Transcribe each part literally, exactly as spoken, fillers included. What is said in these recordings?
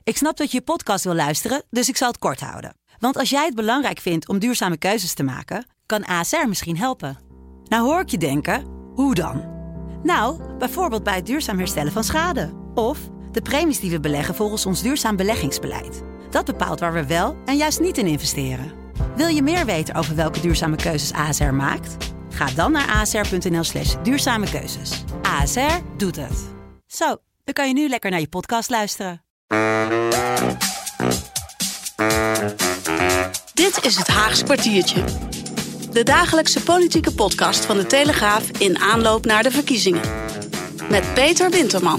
Ik snap dat je je podcast wil luisteren, dus ik zal het kort houden. Want als jij het belangrijk vindt om duurzame keuzes te maken, kan A S R misschien helpen. Nou hoor ik je denken, hoe dan? Nou, bijvoorbeeld bij het duurzaam herstellen van schade. Of de premies die we beleggen volgens ons duurzaam beleggingsbeleid. Dat bepaalt waar we wel en juist niet in investeren. Wil je meer weten over welke duurzame keuzes A S R maakt? Ga dan naar asr.nl slash duurzame keuzes. A S R doet het. Zo, dan kan je nu lekker naar je podcast luisteren. Dit is het Haags kwartiertje. De dagelijkse politieke podcast van de Telegraaf in aanloop naar de verkiezingen. Met Peter Winterman.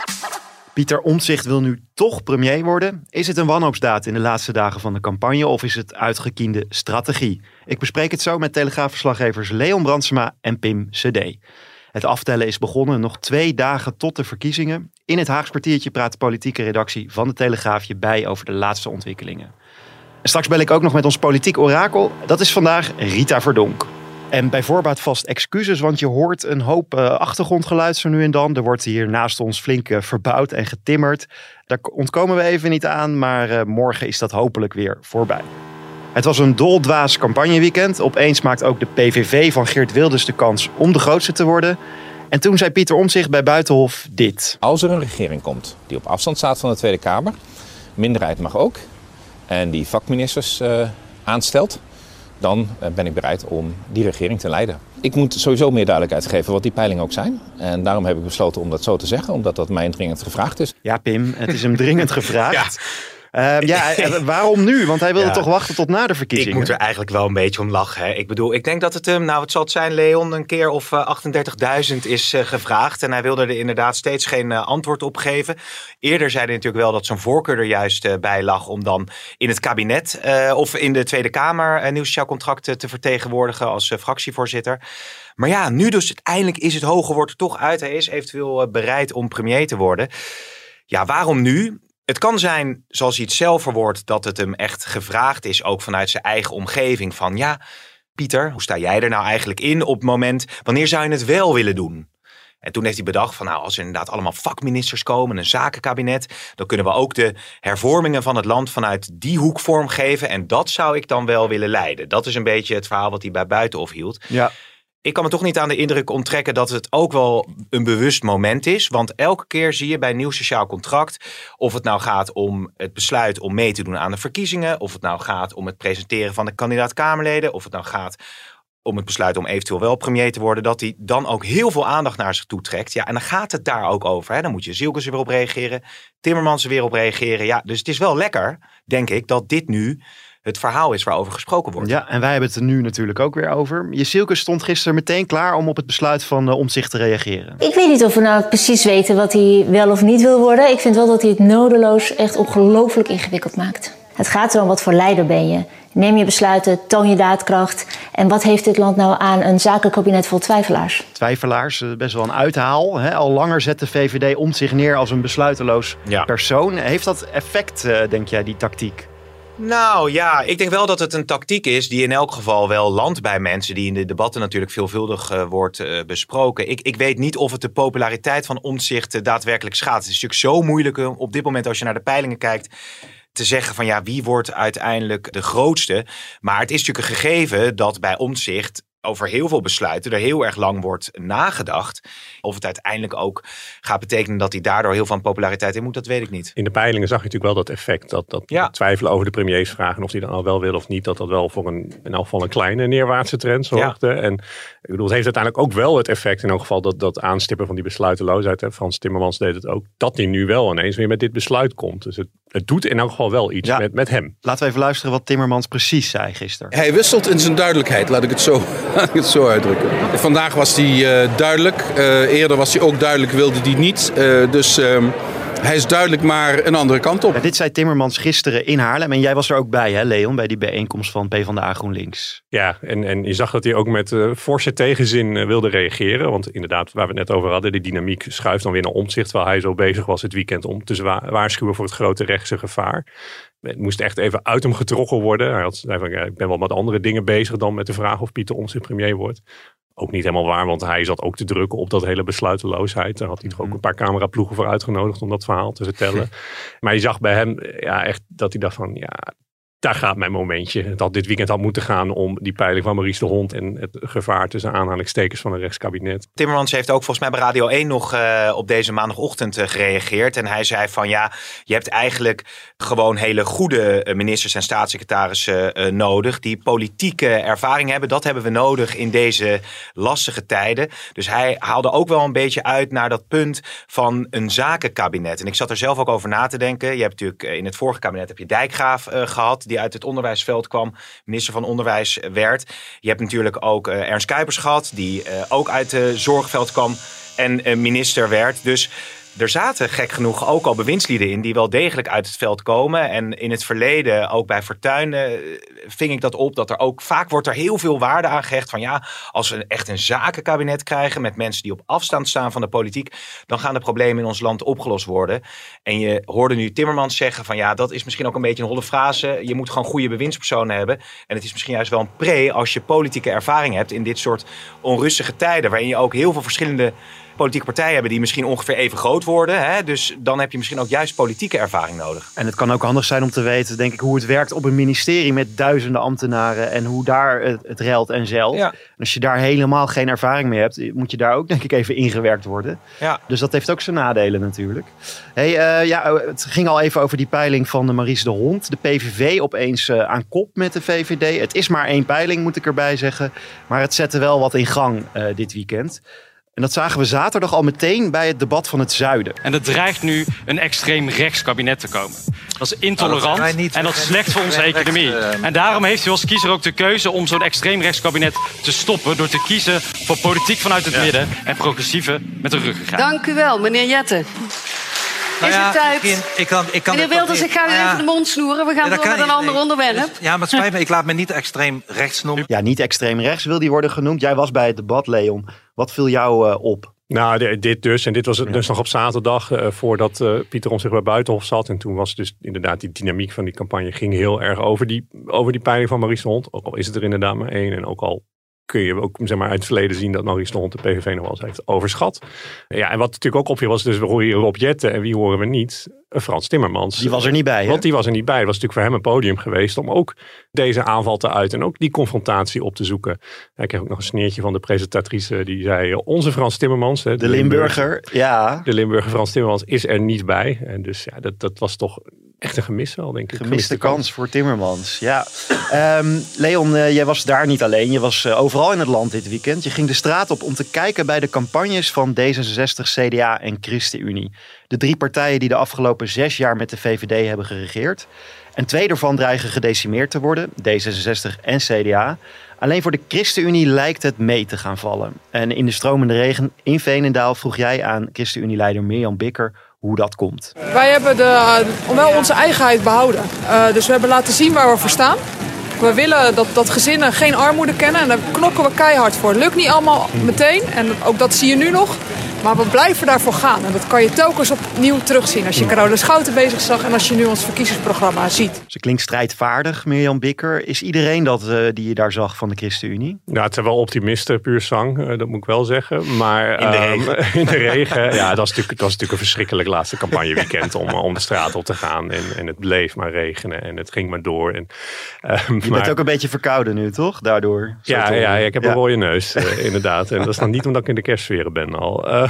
Pieter Omtzigt wil nu toch premier worden. Is het een wanhoopsdaad in de laatste dagen van de campagne of is het uitgekiende strategie? Ik bespreek het zo met Telegraaf-verslaggevers Leon Brandsema en Pim Cedee. Het aftellen is begonnen, nog twee dagen tot de verkiezingen. In het Haags kwartiertje praat de politieke redactie van de Telegraaf je bij over de laatste ontwikkelingen. En straks bel ik ook nog met ons politiek orakel. Dat is vandaag Rita Verdonk. En bij voorbaat vast excuses, want je hoort een hoop uh, achtergrondgeluid zo nu en dan. Er wordt hier naast ons flink uh, verbouwd en getimmerd. Daar ontkomen we even niet aan, maar uh, morgen is dat hopelijk weer voorbij. Het was een doldwaas campagneweekend. Opeens maakt ook de P V V van Geert Wilders de kans om de grootste te worden. En toen zei Pieter Omtzigt bij Buitenhof dit. Als er een regering komt die op afstand staat van de Tweede Kamer, minderheid mag ook, en die vakministers uh, aanstelt, dan uh, ben ik bereid om die regering te leiden. Ik moet sowieso meer duidelijkheid geven wat die peilingen ook zijn. En daarom heb ik besloten om dat zo te zeggen, omdat dat mij dringend gevraagd is. Ja, Pim, het is hem dringend gevraagd. Ja. Uh, ja, waarom nu? Want hij wilde ja. toch wachten tot na de verkiezingen? Ik moet er eigenlijk wel een beetje om lachen. Hè. Ik bedoel, ik denk dat het hem, nou wat zal het zijn, Leon, een keer of uh, achtendertigduizend is uh, gevraagd. En hij wilde er inderdaad steeds geen uh, antwoord op geven. Eerder zei hij natuurlijk wel dat zijn voorkeur er juist uh, bij lag om dan in het kabinet uh, of in de Tweede Kamer een nieuw sociaal contract uh, te vertegenwoordigen als uh, fractievoorzitter. Maar ja, nu dus uiteindelijk is het hoge woord er toch uit. Hij is eventueel uh, bereid om premier te worden. Ja, waarom nu? Het kan zijn, zoals hij het zelf verwoordt, dat het hem echt gevraagd is, ook vanuit zijn eigen omgeving. Van ja, Pieter, hoe sta jij er nou eigenlijk in op het moment, wanneer zou je het wel willen doen? En toen heeft hij bedacht van nou, als er inderdaad allemaal vakministers komen, een zakenkabinet, dan kunnen we ook de hervormingen van het land vanuit die hoek vormgeven. En dat zou ik dan wel willen leiden. Dat is een beetje het verhaal wat hij bij Buitenhof hield. Ja. Ik kan me toch niet aan de indruk onttrekken dat het ook wel een bewust moment is. Want elke keer zie je bij een nieuw sociaal contract, of het nou gaat om het besluit om mee te doen aan de verkiezingen, of het nou gaat om het presenteren van de kandidaat-Kamerleden, of het nou gaat om het besluit om eventueel wel premier te worden, dat hij dan ook heel veel aandacht naar zich toe trekt. Ja, en dan gaat het daar ook over. Hè. Dan moet je Zielkens er weer op reageren, Timmermans er weer op reageren. Ja, dus het is wel lekker, denk ik, dat dit nu het verhaal is waarover gesproken wordt. Ja, en wij hebben het er nu natuurlijk ook weer over. Jezielke stond gisteren meteen klaar om op het besluit van uh, Omtzigt te reageren. Ik weet niet of we nou precies weten wat hij wel of niet wil worden. Ik vind wel dat hij het nodeloos echt ongelooflijk ingewikkeld maakt. Het gaat erom wat voor leider ben je. Neem je besluiten, toon je daadkracht. En wat heeft dit land nou aan een zakenkabinet vol twijfelaars? Twijfelaars, best wel een uithaal. Hè? Al langer zet de V V D Omtzigt neer als een besluiteloos ja. persoon. Heeft dat effect, uh, denk jij, die tactiek? Nou ja, ik denk wel dat het een tactiek is die in elk geval wel landt bij mensen, die in de debatten natuurlijk veelvuldig uh, wordt uh, besproken. Ik, ik weet niet of het de populariteit van Omtzigt uh, daadwerkelijk schaadt. Het is natuurlijk zo moeilijk uh, op dit moment als je naar de peilingen kijkt te zeggen van ja, wie wordt uiteindelijk de grootste. Maar het is natuurlijk een gegeven dat bij Omtzigt over heel veel besluiten er heel erg lang wordt nagedacht. Of het uiteindelijk ook gaat betekenen dat hij daardoor heel veel populariteit in moet, dat weet ik niet. In de peilingen zag je natuurlijk wel dat effect. Dat, dat ja. twijfelen over de premiersvraag en of hij dan al wel wil of niet. Dat dat wel voor een, in elk geval een kleine neerwaartse trend zorgde. Ja. En ik bedoel, het heeft uiteindelijk ook wel het effect in elk geval dat, dat aanstippen van die besluiteloosheid. Hè. Frans Timmermans deed het ook. Dat hij nu wel ineens weer met dit besluit komt. Dus het, het doet in elk geval wel iets ja. met, met hem. Laten we even luisteren wat Timmermans precies zei gisteren. Hij wisselt in zijn duidelijkheid, laat ik het zo, laat ik het zo uitdrukken. Vandaag was hij uh, duidelijk. Uh, eerder was hij ook duidelijk, wilde hij niet. Uh, dus uh, hij is duidelijk maar een andere kant op. Ja, dit zei Timmermans gisteren in Haarlem. En jij was er ook bij, hè, Leon, bij die bijeenkomst van PvdA GroenLinks. Ja, en, en je zag dat hij ook met uh, forse tegenzin uh, wilde reageren. Want inderdaad, waar we het net over hadden, de dynamiek schuift dan weer naar Omtzigt, terwijl hij zo bezig was het weekend om te zwa- waarschuwen voor het grote rechtse gevaar. Het moest echt even uit hem getrokken worden. Hij had zei van, ja, ik ben wel met andere dingen bezig dan met de vraag of Pieter Omtzigt premier wordt. Ook niet helemaal waar, want hij zat ook te drukken op dat hele besluiteloosheid. Daar had hij toch ook een paar cameraploegen voor uitgenodigd om dat verhaal te vertellen. Maar je zag bij hem ja, echt dat hij dacht van, ja, daar gaat mijn momentje. Het had dit weekend had moeten gaan om die peiling van Maurice de Hond en het gevaar tussen aanhalingstekens van een rechtskabinet. Timmermans heeft ook volgens mij bij Radio één nog uh, op deze maandagochtend uh, gereageerd. En hij zei van ja, je hebt eigenlijk gewoon hele goede uh, ministers en staatssecretarissen uh, nodig. Die politieke ervaring hebben. Dat hebben we nodig in deze lastige tijden. Dus hij haalde ook wel een beetje uit naar dat punt van een zakenkabinet. En ik zat er zelf ook over na te denken. Je hebt natuurlijk uh, in het vorige kabinet heb je Dijkgraaf uh, gehad. Die uit het onderwijsveld kwam, minister van Onderwijs werd. Je hebt natuurlijk ook uh, Ernst Kuipers gehad, die uh, ook uit het zorgveld kwam en uh, minister werd. Dus er zaten gek genoeg ook al bewindslieden in die wel degelijk uit het veld komen. En in het verleden, ook bij Fortuyn, uh, ving ik dat op. Dat er ook vaak wordt er heel veel waarde aan gehecht. Van ja, als we echt een zakenkabinet krijgen met mensen die op afstand staan van de politiek, dan gaan de problemen in ons land opgelost worden. En je hoorde nu Timmermans zeggen van ja, dat is misschien ook een beetje een holle frase. Je moet gewoon goede bewindspersonen hebben. En het is misschien juist wel een pre als je politieke ervaring hebt in dit soort onrustige tijden. Waarin je ook heel veel verschillende politieke partijen hebben die misschien ongeveer even groot worden. Hè? Dus dan heb je misschien ook juist politieke ervaring nodig. En het kan ook handig zijn om te weten, denk ik, hoe het werkt op een ministerie met duizenden ambtenaren en hoe daar het, het reilt en zeilt. Ja. En als je daar helemaal geen ervaring mee hebt, moet je daar ook denk ik even ingewerkt worden. Ja. Dus dat heeft ook zijn nadelen natuurlijk. Hey, uh, ja, het ging al even over die peiling van de Maurice de Hond. De P V V opeens uh, aan kop met de V V D. Het is maar één peiling, moet ik erbij zeggen. Maar het zette wel wat in gang uh, dit weekend. En dat zagen we zaterdag al meteen bij het debat van het Zuiden. En er dreigt nu een extreem rechts kabinet te komen. Dat is intolerant oh, dat en dat is slecht voor onze economie. Rechts, uh... En daarom heeft u als kiezer ook de keuze om zo'n extreem rechts kabinet te stoppen door te kiezen voor politiek vanuit het ja. midden en progressieve met een ruggengraat. Dank u wel, meneer Jetten. Nou is ja, het tijd? Ik, ik kan, ik kan meneer Wilders, ik ga u nou ja, even de mond snoeren. We gaan ja, door met een nee, ander onderwerp. Ja, maar het spijt me, ik laat me niet extreem rechts noemen. Ja, niet extreem rechts wil die worden genoemd. Jij was bij het debat, Leon. Wat viel jou uh, op? Nou, dit dus. En dit was het dus nog op zaterdag uh, voordat uh, Pieter Omtzigt bij Buitenhof zat. En toen was dus inderdaad die dynamiek van die campagne ging heel erg over die, over die peiling van Maurice de Hond. Ook al is het er inderdaad maar één. En ook al kun je ook zeg maar, uit het verleden zien dat Maurice de Hond de P V V nog wel eens heeft overschat. Ja, en wat natuurlijk ook opviel was dus we horen hier Rob Jetten en wie horen we niet? Frans Timmermans. Die was er niet bij, hè? Want die was er niet bij. Het was natuurlijk voor hem een podium geweest om ook deze aanval te uiten en ook die confrontatie op te zoeken. Hij kreeg ook nog een sneertje van de presentatrice die zei onze Frans Timmermans. Hè, de, de Limburger, Limburger, ja. De Limburger Frans Timmermans is er niet bij. En dus ja, dat, dat was toch echt een gemis wel, denk ik. Gemiste, Gemiste kans. kans voor Timmermans, ja. um, Leon, uh, jij was daar niet alleen. Je was uh, overal in het land dit weekend. Je ging de straat op om te kijken bij de campagnes van D zesenzestig, C D A en ChristenUnie. De drie partijen die de afgelopen zes jaar met de V V D hebben geregeerd. En twee daarvan dreigen gedecimeerd te worden, D zesenzestig en C D A. Alleen voor de ChristenUnie lijkt het mee te gaan vallen. En in de stromende regen in Veenendaal vroeg jij aan ChristenUnie-leider Mirjam Bikker hoe dat komt. Wij hebben de, wel onze eigenheid behouden. Uh, dus we hebben laten zien waar we voor staan. We willen dat, dat gezinnen geen armoede kennen en daar knokken we keihard voor. Het lukt niet allemaal meteen en ook dat zie je nu nog. Maar we blijven daarvoor gaan. En dat kan je telkens opnieuw terugzien. Als je Carola Schouten bezig zag en als je nu ons verkiezingsprogramma ziet. Ze klinkt strijdvaardig, Mirjam Bikker. Is iedereen dat uh, die je daar zag van de ChristenUnie? Ja, het zijn wel optimisten, puur zang. Uh, dat moet ik wel zeggen. Maar in de um, regen. in de regen ja, dat was natuurlijk, dat was natuurlijk een verschrikkelijk laatste campagneweekend om, om de straat op te gaan. En, en het bleef maar regenen en het ging maar door. En, uh, je maar, bent ook een beetje verkouden nu, toch? Daardoor. Ja, ja, ja, ik heb ja. een rode neus, uh, inderdaad. En dat is dan niet omdat ik in de kerstsferen ben al. Uh,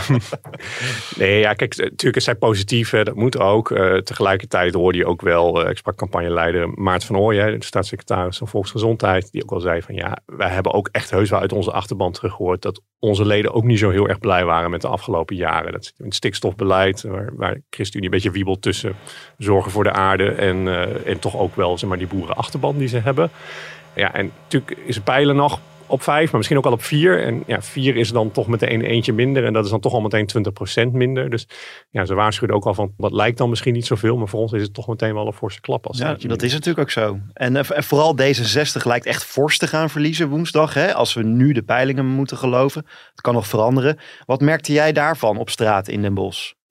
nee, ja, kijk, natuurlijk is zij positief, hè, dat moet ook. Uh, tegelijkertijd hoorde je ook wel, uh, ik sprak campagneleider Maart van Ooyen, de staatssecretaris van Volksgezondheid, die ook al zei van ja, wij hebben ook echt heus wel uit onze achterban teruggehoord dat onze leden ook niet zo heel erg blij waren met de afgelopen jaren. Dat zit in het stikstofbeleid, waar, waar ChristenUnie een beetje wiebelt tussen zorgen voor de aarde en, uh, en toch ook wel zeg maar, die boerenachterban die ze hebben. Ja, en natuurlijk is peilen nog op vijf, maar misschien ook al op vier. En ja, vier is dan toch meteen eentje minder. En dat is dan toch al meteen twintig procent minder. Dus ja, ze waarschuwden ook al van, dat lijkt dan misschien niet zoveel. Maar voor ons is het toch meteen wel een forse klap. Als ja, dat is natuurlijk ook zo. En, en vooral D zesenzestig lijkt echt fors te gaan verliezen woensdag. Hè? Als we nu de peilingen moeten geloven. Het kan nog veranderen. Wat merkte jij daarvan op straat in Den Bosch?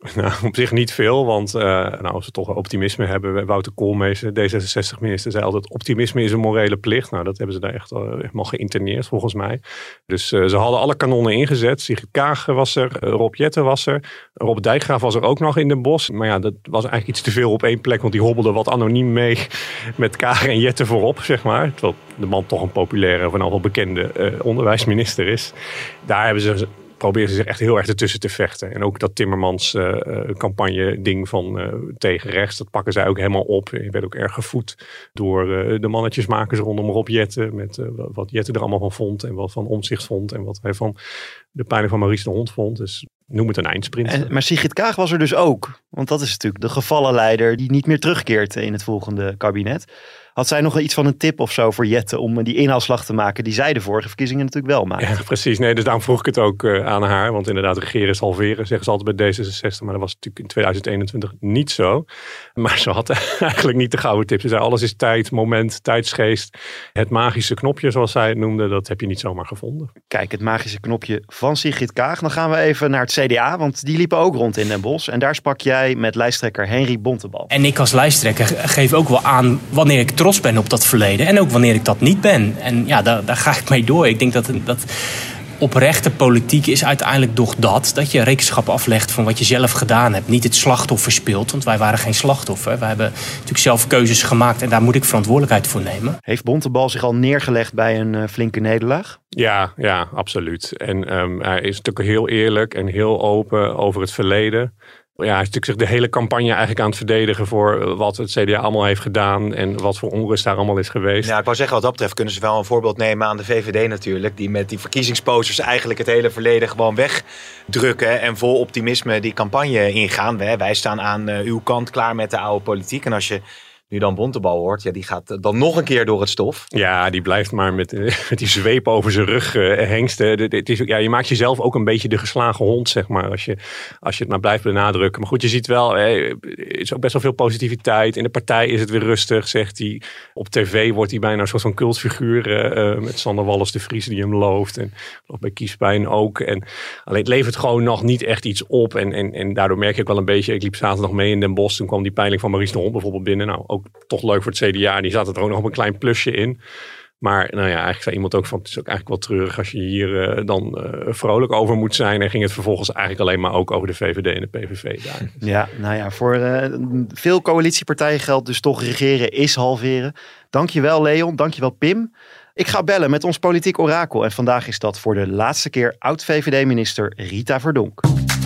Nou, op zich niet veel, want uh, nou, als we toch optimisme hebben, Wouter Koolmees, D zesenzestig-minister, zei altijd optimisme is een morele plicht. Nou, dat hebben ze daar echt uh, helemaal geïnterneerd volgens mij. Dus uh, ze hadden alle kanonnen ingezet. Sigrid Kaag was er, uh, Rob Jetten was er, Rob Dijkgraaf was er ook nog in Den Bosch. Maar ja, dat was eigenlijk iets te veel op één plek, want die hobbelde wat anoniem mee met Kaag en Jetten voorop, zeg maar. Terwijl de man toch een populaire, van al wel bekende uh, onderwijsminister is. Daar hebben ze... probeerden ze zich echt heel erg ertussen te vechten. En ook dat Timmermans uh, campagne ding van uh, tegen rechts, dat pakken zij ook helemaal op. Je werd ook erg gevoed door uh, de mannetjesmakers rondom Rob Jetten. Met uh, wat Jetten er allemaal van vond en wat van Omtzigt vond. En wat hij van de peiling van Maurice de Hond vond. Dus noem het een eindsprint. En, maar Sigrid Kaag was er dus ook. Want dat is natuurlijk de gevallenleider die niet meer terugkeert in het volgende kabinet. Had zij nog iets van een tip of zo voor Jetten om die inhaalslag te maken die zij de vorige verkiezingen natuurlijk wel maakte? Ja, precies. Nee, dus daarom vroeg ik het ook uh, aan haar. Want inderdaad, regeren is halveren, zeggen ze altijd bij D zesenzestig. Maar dat was natuurlijk in tweeduizend eenentwintig niet zo. Maar ze had eigenlijk niet de gouden tip. Ze zei, alles is tijd, moment, tijdsgeest. Het magische knopje, zoals zij het noemde, dat heb je niet zomaar gevonden. Kijk, het magische knopje van Sigrid Kaag. Dan gaan we even naar het C D A, want die liepen ook rond in Den Bosch. En daar sprak jij met lijsttrekker Henry Bontebal. En ik als lijsttrekker geef ook wel aan wanneer ik trots ben op dat verleden. En ook wanneer ik dat niet ben. En ja, daar, daar ga ik mee door. Ik denk dat, dat oprechte politiek is uiteindelijk toch dat. Dat je rekenschap aflegt van wat je zelf gedaan hebt. Niet het slachtoffer speelt. Want wij waren geen slachtoffer. Wij hebben natuurlijk zelf keuzes gemaakt. En daar moet ik verantwoordelijkheid voor nemen. Heeft Bontebal zich al neergelegd bij een uh, flinke nederlaag? Ja, ja, absoluut. En um, hij is natuurlijk heel eerlijk en heel open over het verleden. Ja, hij is natuurlijk zich de hele campagne eigenlijk aan het verdedigen voor wat het C D A allemaal heeft gedaan en wat voor onrust daar allemaal is geweest. Ja, ik wou zeggen, wat dat betreft kunnen ze wel een voorbeeld nemen aan de V V D natuurlijk, die met die verkiezingsposters eigenlijk het hele verleden gewoon wegdrukken en vol optimisme die campagne ingaan. Wij staan aan uw kant klaar met de oude politiek. En als je nu dan Bontebal hoort, ja, die gaat dan nog een keer door het stof. Ja, die blijft maar met, met die zweep over zijn rug uh, hengsten. Het is, ja, je maakt jezelf ook een beetje de geslagen hond, zeg maar, als je, als je het maar blijft benadrukken. Maar goed, je ziet wel, hey, er is ook best wel veel positiviteit. In de partij is het weer rustig, zegt hij. Op tv wordt hij bijna een soort van cultfiguur uh, met Sander Wallis de Vries die hem looft. En bij Kiespijn ook. En, alleen het levert gewoon nog niet echt iets op. En, en, en daardoor merk ik wel een beetje, ik liep zaterdag mee in Den Bosch. Toen kwam die peiling van Maurice de Hond bijvoorbeeld binnen. Nou, ook toch leuk voor het C D A. Die zat er ook nog op een klein plusje in. Maar nou ja, eigenlijk zei iemand ook van, het is ook eigenlijk wel treurig als je hier uh, dan uh, vrolijk over moet zijn. En ging het vervolgens eigenlijk alleen maar ook over de V V D en de P V V daar. Ja, nou ja, voor uh, veel coalitiepartijen geldt dus toch regeren is halveren. Dankjewel Leon, dankjewel Pim. Ik ga bellen met ons politiek orakel. En vandaag is dat voor de laatste keer oud-V V D-minister Rita Verdonk.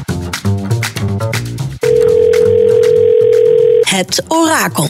Het orakel.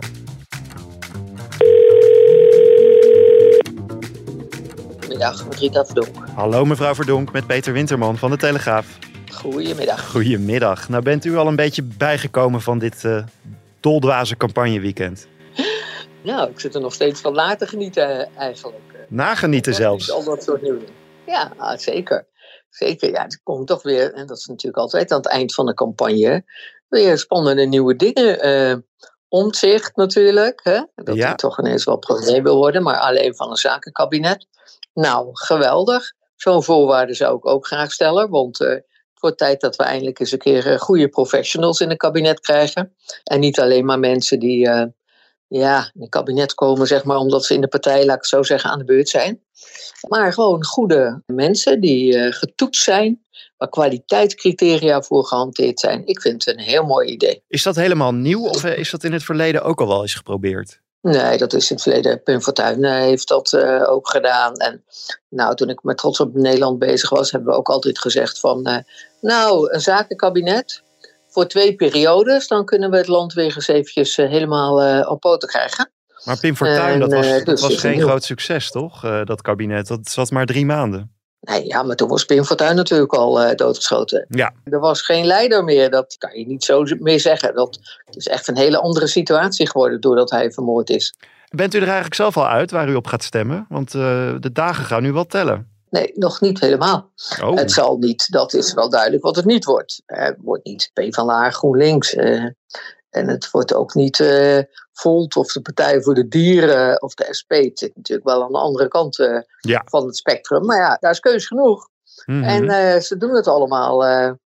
Goedemiddag, met Rita Verdonk. Hallo mevrouw Verdonk, met Peter Winterman van de Telegraaf. Goedemiddag. Goedemiddag. Nou, bent u al een beetje bijgekomen van dit uh, doldwaze campagneweekend? Nou, ik zit er nog steeds van na te genieten eigenlijk. Nagenieten zelfs? Al dat soort nieuws. Ja, zeker. Zeker, ja, er komt toch weer, en dat is natuurlijk altijd aan het eind van de campagne, weer spannende nieuwe dingen. Uh, Omtzigt natuurlijk, hè? Dat ja. hij toch ineens wel premier wil worden, maar alleen van een zakenkabinet. Nou, geweldig. Zo'n voorwaarde zou ik ook graag stellen, want uh, het wordt tijd dat we eindelijk eens een keer uh, goede professionals in het kabinet krijgen. En niet alleen maar mensen die uh, ja, in het kabinet komen, zeg maar, omdat ze in de partij, laat ik het zo zeggen, aan de beurt zijn. Maar gewoon goede mensen die uh, getoetst zijn, waar kwaliteitscriteria voor gehanteerd zijn. Ik vind het een heel mooi idee. Is dat helemaal nieuw of is dat in het verleden ook al wel eens geprobeerd? Nee, dat is in het verleden. Pim Fortuyn heeft dat uh, ook gedaan. En nou, toen ik met Trots op Nederland bezig was, hebben we ook altijd gezegd van, uh, nou, een zakenkabinet voor twee periodes, dan kunnen we het land weer eens eventjes uh, helemaal uh, op poten krijgen. Maar Pim Fortuyn, dat was, uh, dus dat was geen heel groot succes, toch? Uh, dat kabinet, dat zat maar drie maanden. Nee, ja, maar toen was Pim Fortuyn natuurlijk al uh, doodgeschoten. Ja. Er was geen leider meer, dat kan je niet zo meer zeggen. Dat is echt een hele andere situatie geworden doordat hij vermoord is. Bent u er eigenlijk zelf al uit waar u op gaat stemmen? Want uh, de dagen gaan nu wel tellen. Nee, nog niet helemaal. Oh. Het zal niet, dat is wel duidelijk wat het niet wordt. Het wordt niet PvdA, GroenLinks. Uh, en het wordt ook niet uh, Volt of de Partij voor de Dieren of de S P. Het zit natuurlijk wel aan de andere kant uh, ja. van het spectrum. Maar ja, daar is keus genoeg. Mm-hmm. En uh, ze doen het allemaal uh,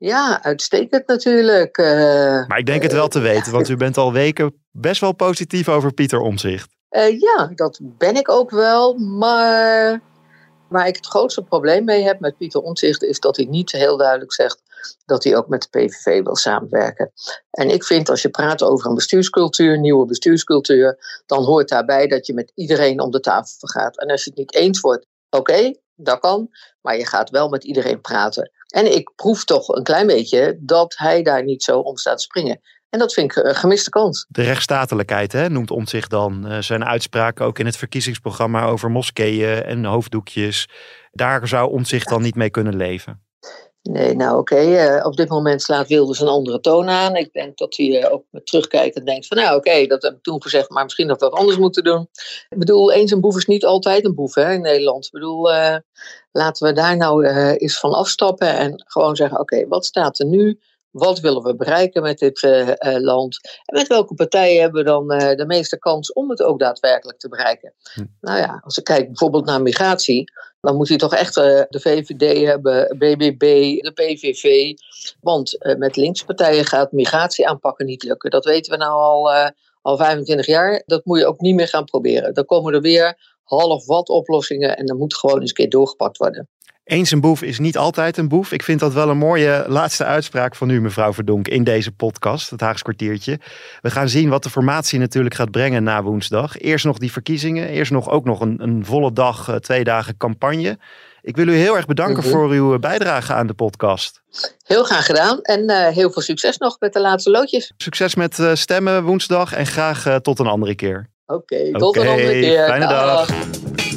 Ja, uitstekend natuurlijk. Uh, maar ik denk het wel te weten, want u bent al weken best wel positief over Pieter Omtzigt. Uh, ja, dat ben ik ook wel. Maar waar ik het grootste probleem mee heb met Pieter Omtzigt is dat hij niet heel duidelijk zegt dat hij ook met de P V V wil samenwerken. En ik vind als je praat over een bestuurscultuur, nieuwe bestuurscultuur, dan hoort daarbij dat je met iedereen om de tafel gaat. En als je het niet eens wordt, oké, okay, dat kan, maar je gaat wel met iedereen praten. En ik proef toch een klein beetje dat hij daar niet zo om staat te springen. En dat vind ik een gemiste kans. De rechtsstatelijkheid, hè, noemt Omtzigt dan. Uh, zijn uitspraken ook in het verkiezingsprogramma over moskeeën en hoofddoekjes. Daar zou Omtzigt dan niet mee kunnen leven. Nee, nou oké. Okay. Uh, op dit moment slaat Wilders een andere toon aan. Ik denk dat hij uh, ook met terugkijkend denkt van nou oké, okay, dat heb ik toen gezegd, maar misschien dat we wat anders moeten doen. Ik bedoel, eens een boef is niet altijd een boef, hè, in Nederland. Ik bedoel, uh, laten we daar nou uh, eens van afstappen en gewoon zeggen oké, okay, wat staat er nu? Wat willen we bereiken met dit uh, uh, land? En met welke partijen hebben we dan uh, de meeste kans om het ook daadwerkelijk te bereiken? Hm. Nou ja, als ik kijk bijvoorbeeld naar migratie, dan moet hij toch echt uh, de V V D hebben, B B B, de P V V. Want uh, met linkse partijen gaat migratie aanpakken niet lukken. Dat weten we nou al, uh, al vijfentwintig jaar. Dat moet je ook niet meer gaan proberen. Dan komen er weer half wat oplossingen en dan moet gewoon eens een keer doorgepakt worden. Eens een boef is niet altijd een boef. Ik vind dat wel een mooie laatste uitspraak van u, mevrouw Verdonk, in deze podcast, het Haags kwartiertje. We gaan zien wat de formatie natuurlijk gaat brengen na woensdag. Eerst nog die verkiezingen, eerst nog ook nog een, een volle dag, twee dagen campagne. Ik wil u heel erg bedanken mm-hmm. voor uw bijdrage aan de podcast. Heel graag gedaan en uh, heel veel succes nog met de laatste loodjes. Succes met uh, stemmen woensdag en graag uh, tot een andere keer. Oké, okay, tot okay, een andere keer. Fijne dag. dag.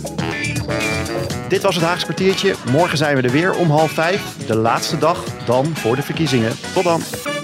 Dit was het Haags kwartiertje. Morgen zijn we er weer om half vijf. De laatste dag dan voor de verkiezingen. Tot dan.